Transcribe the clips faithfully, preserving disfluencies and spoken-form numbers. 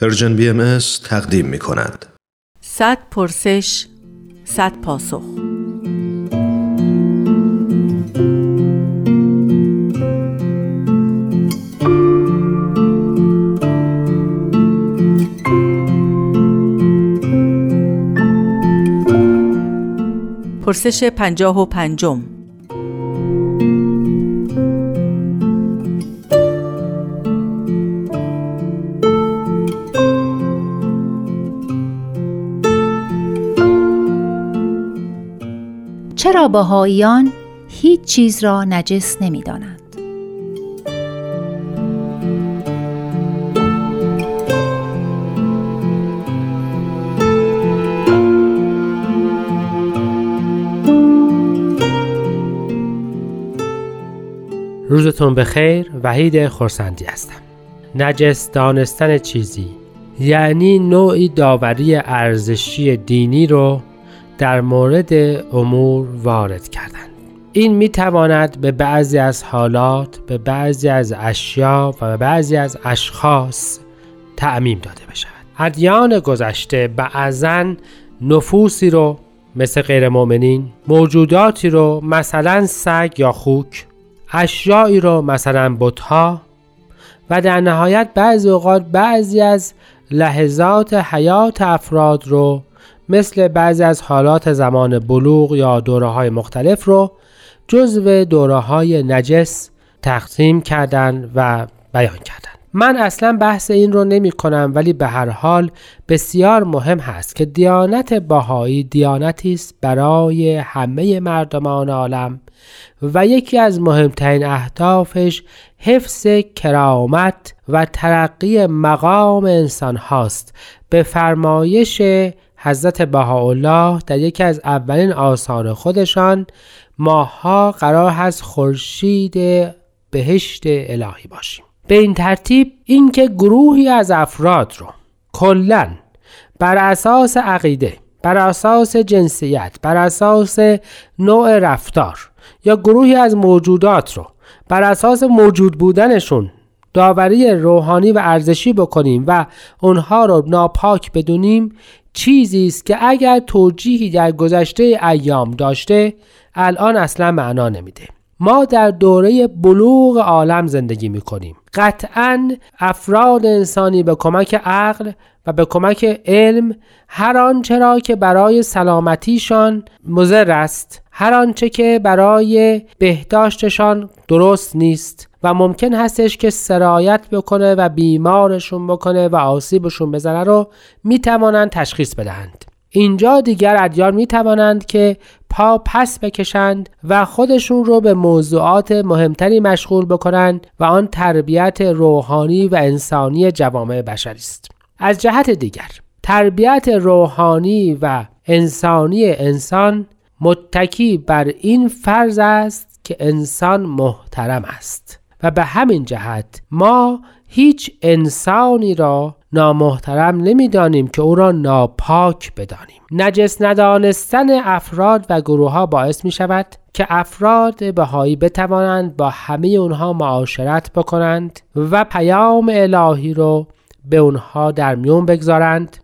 پرژن بی ام اس تقدیم می کند. صد پرسش، صد پاسخ. پرسش پنجاه و پنجم. چرا بهائیان هیچ چیز را نجس نمی دانند؟ روزتون بخیر. وحید خرسندی هستم. نجس دانستن چیزی یعنی نوعی داوری ارزشی دینی رو در مورد امور وارد کردن. این می تواند به بعضی از حالات، به بعضی از اشیا و به بعضی از اشخاص تعمیم داده بشود. ادیان گذشته بعضاً نفوسی رو مثل غیر مؤمنین، موجوداتی رو مثلا سگ یا خوک، اشیایی رو مثلا بت‌ها و در نهایت بعضی اوقات بعضی از لحظات حیات افراد رو مثل بعضی از حالات زمان بلوغ یا دوره‌های مختلف رو جزو دوره‌های نجس تقسیم کردن و بیان کردن. من اصلا بحث این رو نمی کنم، ولی به هر حال بسیار مهم هست که دیانت بهایی دیانتی است برای همه مردمان عالم و یکی از مهمترین اهدافش حفظ کرامت و ترقی مقام انسان هاست. به فرمایش حضرت بهاءالله در یکی از اولین آثار خودشان، ماها قرار هست خورشید بهشت الهی باشیم. به این ترتیب اینکه گروهی از افراد رو کلاً بر اساس عقیده، بر اساس جنسیت، بر اساس نوع رفتار یا گروهی از موجودات رو بر اساس موجود بودنشون داوری روحانی و ارزشی بکنیم و اونها رو ناپاک بدونیم، چیزی است که اگر توجیهی در گذشته ایام داشته الان اصلا معنا نمیده. ما در دوره بلوغ عالم زندگی میکنیم. قطعاً افراد انسانی به کمک عقل و به کمک علم هر آنچه را که برای سلامتیشان مضر است، هر آنچه که برای بهداشتشان درست نیست و ممکن هستش که سرایت بکنه و بیمارشون بکنه و آسیبشون بزنه رو میتوانند تشخیص بدهند. اینجا دیگر ادیان میتوانند که پا پس بکشند و خودشون رو به موضوعات مهمتری مشغول بکنند و آن تربیت روحانی و انسانی جوامع بشری است. از جهت دیگر تربیت روحانی و انسانی انسان متکی بر این فرض است که انسان محترم است و به همین جهت ما هیچ انسانی را نامحترم نمیدانیم که او را ناپاک بدانیم. نجس ندانستن افراد و گروه ها باعث می شود که افراد بهایی بتوانند با همه اونها معاشرت بکنند و پیام الهی رو به اونها در میون بگذارند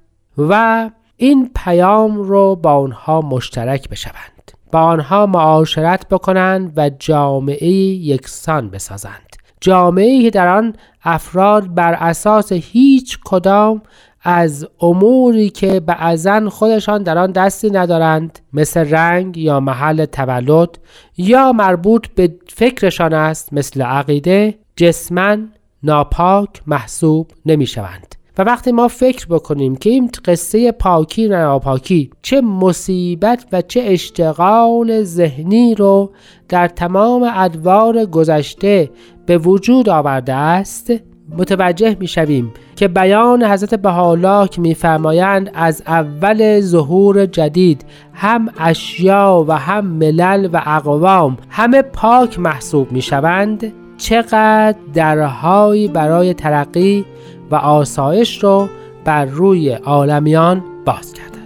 و این پیام رو با اونها مشترک بشوند، با آنها معاشرت بکنند و جامعه یکسان بسازند. جامعه‌ای که در آن افراد بر اساس هیچ کدام از اموری که بعضاً خودشان در آن دستی ندارند، مثل رنگ یا محل تولد یا مربوط به فکرشان است مثل عقیده، جسماً ناپاک محسوب نمی شوند. و وقتی ما فکر بکنیم که این قصه پاکی و ناپاکی چه مصیبت و چه اشتغال ذهنی رو در تمام ادوار گذشته به وجود آورده است، متوجه می شویم که بیان حضرت بهاءالله که می فرمایند از اول ظهور جدید هم اشیا و هم ملل و اقوام همه پاک محسوب می شوند، چقدر درهایی برای ترقی و آسایش رو بر روی عالمیان باز کرده.